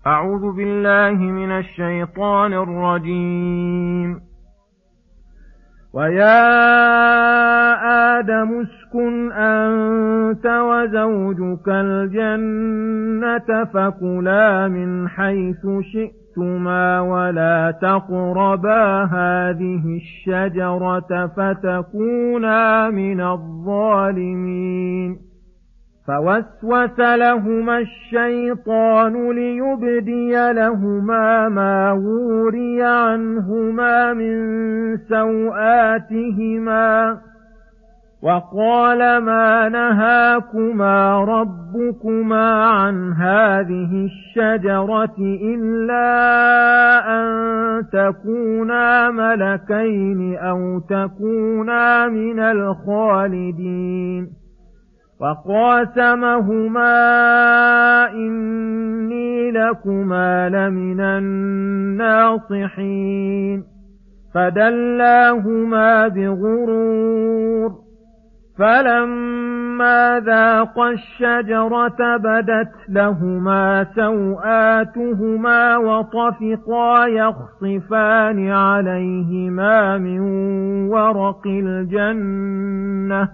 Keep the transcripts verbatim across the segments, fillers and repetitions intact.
أعوذ بالله من الشيطان الرجيم. ويا آدم اسكن أنت وزوجك الجنة فكلا من حيث شئتما ولا تقربا هذه الشجرة فتكونا من الظالمين. فوسوس لهما الشيطان ليبدي لهما ما وري عنهما من سوآتهما وقال ما نهاكما ربكما عن هذه الشجرة إلا أن تكونا ملكين أو تكونا من الخالدين. وقاسمهما إني لكما لمن الناصحين فدلاهما بغرور فلما ذاقا الشجرة بدت لهما سوآتهما وطفقا يخصفان عليهما من ورق الجنة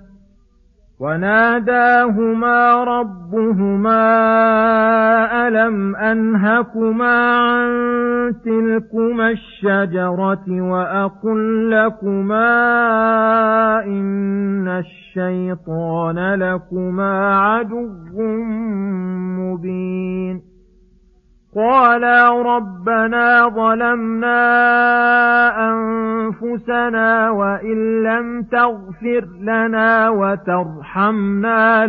وناداهما ربهما ألم أنهكما عن تلكما الشجرة وأقل لكما إن الشيطان لكما عدو مبين. قالا ربنا ظلمنا أنفسنا وإن لم تغفر لنا وترحمنا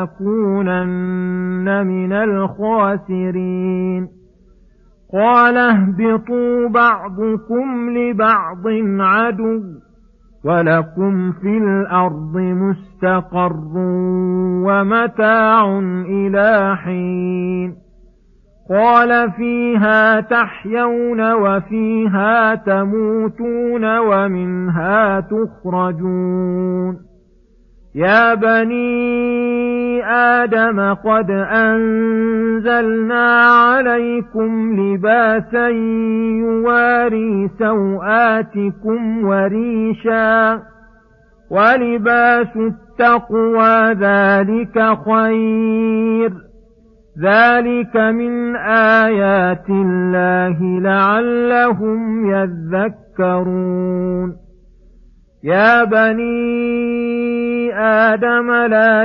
لنكونن من الخاسرين. قال اهبطوا بعضكم لبعض عدو ولكم في الأرض مستقر ومتاع إلى حين. قال فيها تحيون وفيها تموتون ومنها تخرجون. يا بني آدم قد أنزلنا عليكم لباسا يواري سوآتكم وريشا ولباس التقوى ذلك خير ذلك من آيات الله لعلهم يذكرون. يا بني آدم لا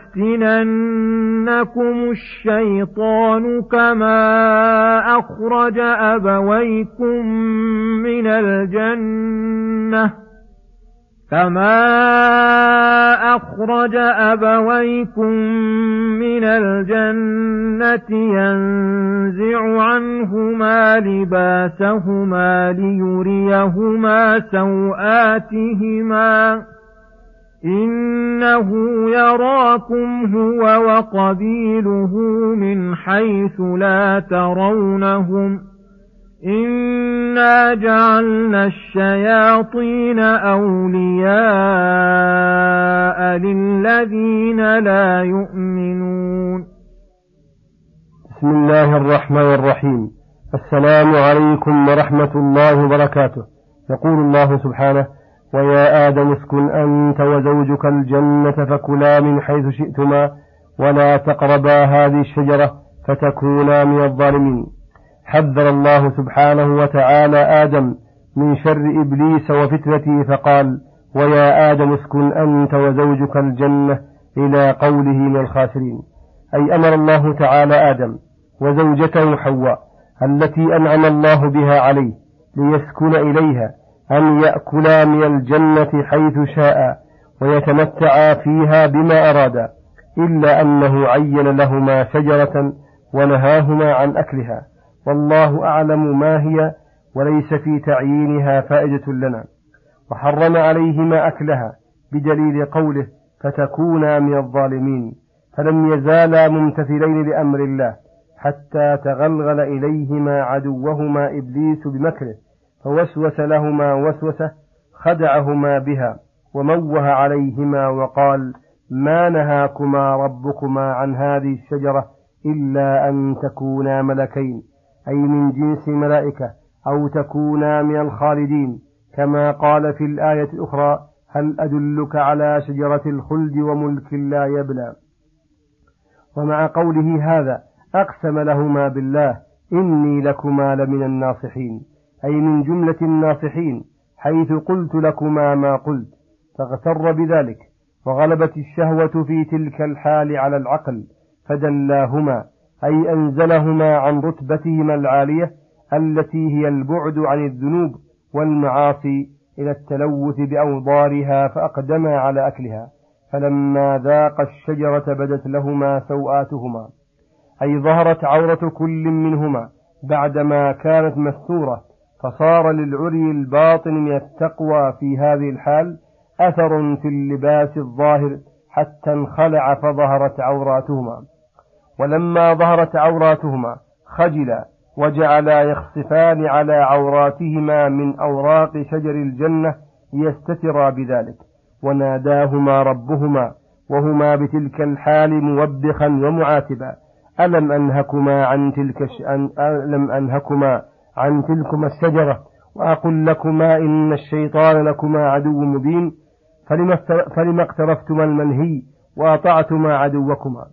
يفتننكم الشيطان كما أخرج أبويكم من الجنة كما أخرج أبويكم من الجنة ينزع عنهما لباسهما ليريهما سوآتهما إنه يراكم هو وقبيله من حيث لا ترونهم إنا جعلنا الشياطين أولياء للذين لا يؤمنون. بسم الله الرحمن الرحيم. السلام عليكم ورحمة الله وبركاته. يقول الله سبحانه: ويا آدم اسكن أنت وزوجك الجنة فكلا من حيث شئتما ولا تقربا هذه الشجرة فتكونا من الظالمين. حذر الله سبحانه وتعالى آدم من شر إبليس وفتنته فقال: ويا آدم اسكن أنت وزوجك الجنة إلى قوله من الخاسرين. أي أمر الله تعالى آدم وزوجته حواء التي أنعم الله بها عليه ليسكن إليها أن يأكلا من الجنة حيث شاء ويتمتعا فيها بما أرادا، إلا أنه عين لهما شجرة ونهاهما عن أكلها، والله أعلم ما هي وليس في تعيينها فائدة لنا، وحرم عليهما أكلها بدليل قوله: فتكونا من الظالمين. فلم يزالا ممتثلين لأمر الله حتى تغلغل إليهما عدوهما إبليس بمكره فوسوس لهما وسوسة خدعهما بها وموه عليهما وقال: ما نهاكما ربكما عن هذه الشجرة إلا أن تكونا ملكين أي من جنس الملائكة، أو تكونا من الخالدين، كما قال في الآية الأخرى: هل أدلك على شجرة الخلد وملك لا يبلى. ومع قوله هذا أقسم لهما بالله إني لكما لمن الناصحين، أي من جملة الناصحين، حيث قلت لكما ما قلت، فاغتر بذلك وغلبت الشهوة في تلك الحال على العقل فدلاهما، أي أنزلهما عن رتبتهما العالية التي هي البعد عن الذنوب والمعاصي إلى التلوث بأوضارها، فأقدما على أكلها. فلما ذاق الشجرة بدت لهما سوآتهما، أي ظهرت عورة كل منهما بعدما كانت مستورة، فصار للعري الباطن من التقوى في هذه الحال أثر في اللباس الظاهر حتى انخلع فظهرت عوراتهما. ولما ظهرت عوراتهما خجلا وجعلا يخصفان على عوراتهما من أوراق شجر الجنة ليستترا بذلك، وناداهما ربهما وهما بتلك الحال موبخا ومعاتبا: ألم أنهكما عن تلك الش... ألم أنهكما عن تلكما الشجرة وأقل لكما إن الشيطان لكما عدو مبين، فلما اقترفتما المنهي وأطعتما عدوكما.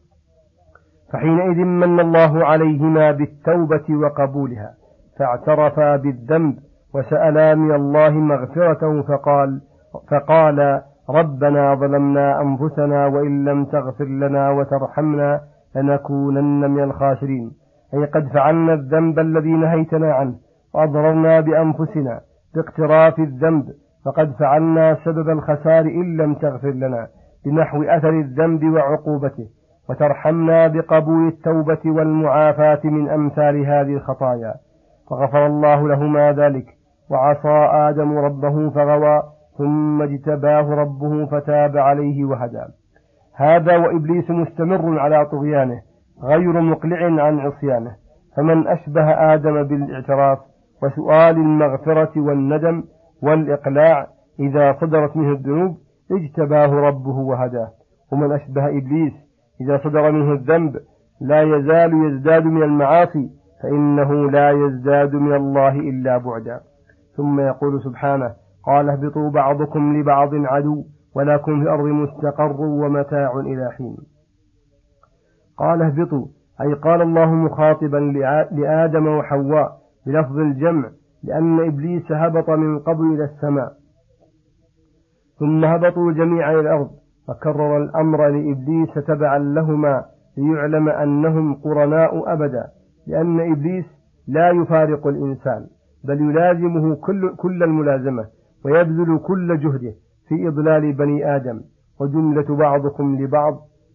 فحينئذ من الله عليهما بالتوبة وقبولها، فاعترفا بالذنب وسألا من الله مغفرة، فقال فقال ربنا ظلمنا أنفسنا وإن لم تغفر لنا وترحمنا لنكونن من الخاسرين، أي قد فعلنا الذنب الذي نهيتنا عنه وأضررنا بأنفسنا باقتراف الذنب، فقد فعلنا سبب الخسار إن لم تغفر لنا بنحو أثر الذنب وعقوبته، وترحمنا بقبول التوبة والمعافاة من أمثال هذه الخطايا. فغفر الله لهما ذلك، وعصى آدم ربه فغوى، ثم اجتباه ربه فتاب عليه وهدى. هذا وإبليس مستمر على طغيانه غير مقلع عن عصيانه، فمن أشبه آدم بالاعتراف وسؤال المغفرة والندم والإقلاع إذا صدرت منه الذنوب اجتباه ربه وهداه، ومن أشبه إبليس إذا صدر منه الذنب لا يزال يزداد من المعاصي، فإنه لا يزداد من الله إلا بعدا. ثم يقول سبحانه: قال اهبطوا بعضكم لبعض عدو ولكم في الأرض مستقر ومتاع إلى حين. قال اهبطوا، أي قال الله مخاطبا لآدم وحواء بلفظ الجمع، لأن إبليس هبط من قبل إلى السماء ثم هبطوا جميعا إلى الأرض، فكرر الأمر لإبليس تبعا لهما ليعلم أنهم قرناء أبدا، لأن إبليس لا يفارق الإنسان بل يلازمه كل, كل الملازمة ويبذل كل جهده في إضلال بني آدم. وجملة بعضكم لبعض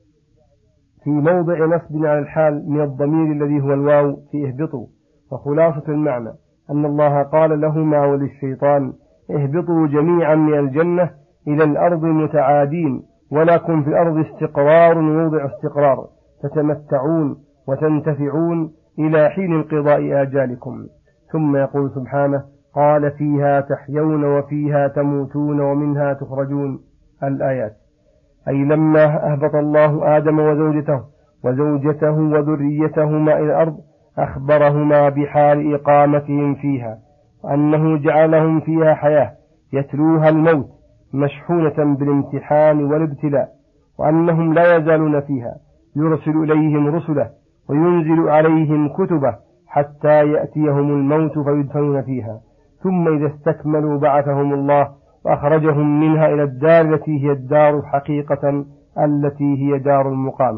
في موضع نصب على الحال من الضمير الذي هو الواو في اهبطوا. وخلاصة المعنى أن الله قال لهما وللشيطان: اهبطوا جميعا من الجنة إلى الأرض متعادين، ولكم في الأرض استقرار موضع استقرار، تتمتعون وتنتفعون إلى حين انقضاء آجالكم. ثم يقول سبحانه: قال فيها تحيون وفيها تموتون ومنها تخرجون. الآيات. أي لما أهبط الله آدم وزوجته وزوجته وذريتهما إلى الأرض أخبرهما بحال إقامتهم فيها، وأنه جعلهم فيها حياة يتلوها الموت مشحونة بالامتحان والابتلاء، وأنهم لا يزالون فيها يرسل إليهم رسله وينزل عليهم كتبه حتى يأتيهم الموت فيدفنون فيها، ثم إذا استكملوا بعثهم الله وأخرجهم منها إلى الدار التي هي الدار حقيقة التي هي دار المقامة.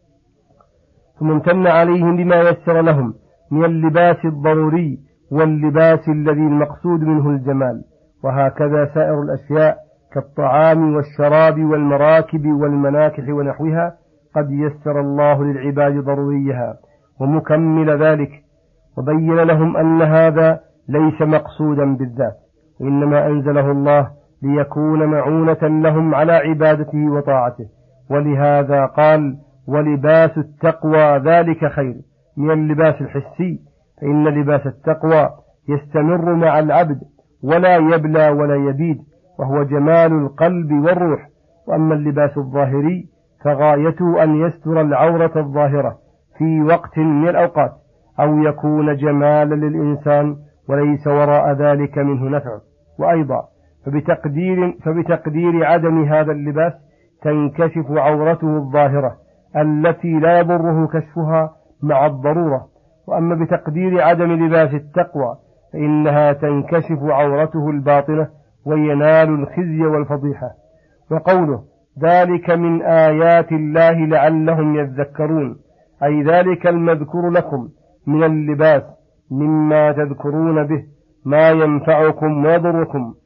ثم امتن عليهم بما يسر لهم من اللباس الضروري واللباس الذي المقصود منه الجمال، وهكذا سائر الأشياء كالطعام والشراب والمراكب والمناكح ونحوها قد يسر الله للعباد ضروريها ومكمل ذلك، وبين لهم أن هذا ليس مقصودا بالذات، وإنما أنزله الله ليكون معونة لهم على عبادته وطاعته. ولهذا قال: ولباس التقوى ذلك خير من اللباس الحسي، فإن لباس التقوى يستمر مع العبد ولا يبلى ولا يبيد، وهو جمال القلب والروح. وأما اللباس الظاهري فغايته أن يستر العورة الظاهرة في وقت من الأوقات، أو يكون جمالا للإنسان وليس وراء ذلك منه نفع. وأيضا فبتقدير, فبتقدير عدم هذا اللباس تنكشف عورته الظاهرة التي لا يضره كشفها مع الضرورة. وأما بتقدير عدم لباس التقوى فإنها تنكشف عورته الباطنة وينال الخزي والفضيحة. وقوله ذلك من آيات الله لعلهم يذكرون، أي ذلك المذكور لكم من اللباس مما تذكرون به ما ينفعكم ويضركم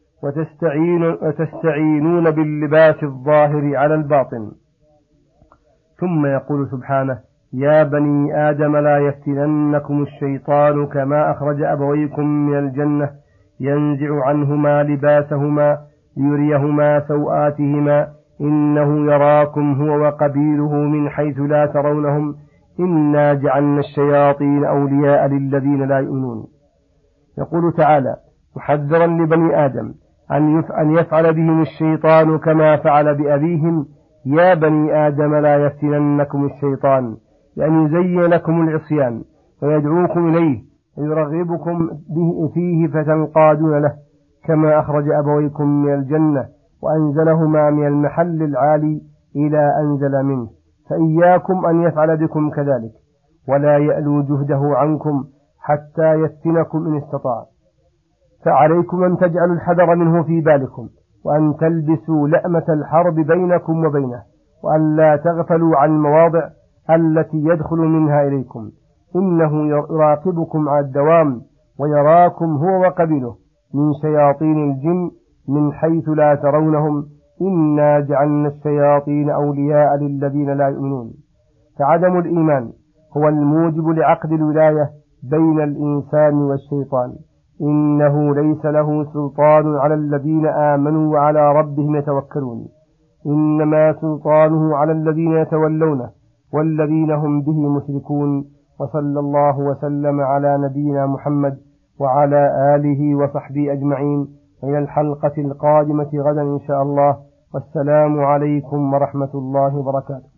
وتستعينون باللباس الظاهر على الباطن. ثم يقول سبحانه يا بني آدم لا يفتننكم الشيطان كما أخرج أبويكم من الجنة ينزع عنهما لباسهما ليريهما سوآتهما إنه يراكم هو وقبيله من حيث لا ترونهم إنا جعلنا الشياطين أولياء للذين لا يؤمنون. يقول تعالى محذرا لبني آدم أن يفعل بهم الشيطان كما فعل بأبيهم يا بني آدم لا يفتننكم الشيطان، لأن يزين لكم العصيان ويدعوكم إليه ويرغبكم به فيه فتنقادون له كما أخرج أبويكم من الجنة وأنزلهما من المحل العالي إلى أنزل منه، فإياكم أن يفعل بكم كذلك ولا يألو جهده عنكم حتى يفتنكم إن استطاع. فعليكم أن تجعلوا الحذر منه في بالكم وأن تلبسوا لأمة الحرب بينكم وبينه وأن لا تغفلوا عن المواضع التي يدخل منها إليكم إنه يراقبكم على الدوام ويراكم هو وقبيله من شياطين الجن من حيث لا ترونهم إنا جعلنا الشياطين أولياء للذين لا يؤمنون. فعدم الإيمان هو الموجب لعقد الولاية بين الإنسان والشيطان، إنه ليس له سلطان على الذين آمنوا وعلى ربهم يتوكلون، إنما سلطانه على الذين يتولونه والذين هم به مشركون. وصلى الله وسلم على نبينا محمد وعلى آله وصحبه أجمعين، إلى الحلقة القادمة غدا إن شاء الله، والسلام عليكم ورحمة الله وبركاته.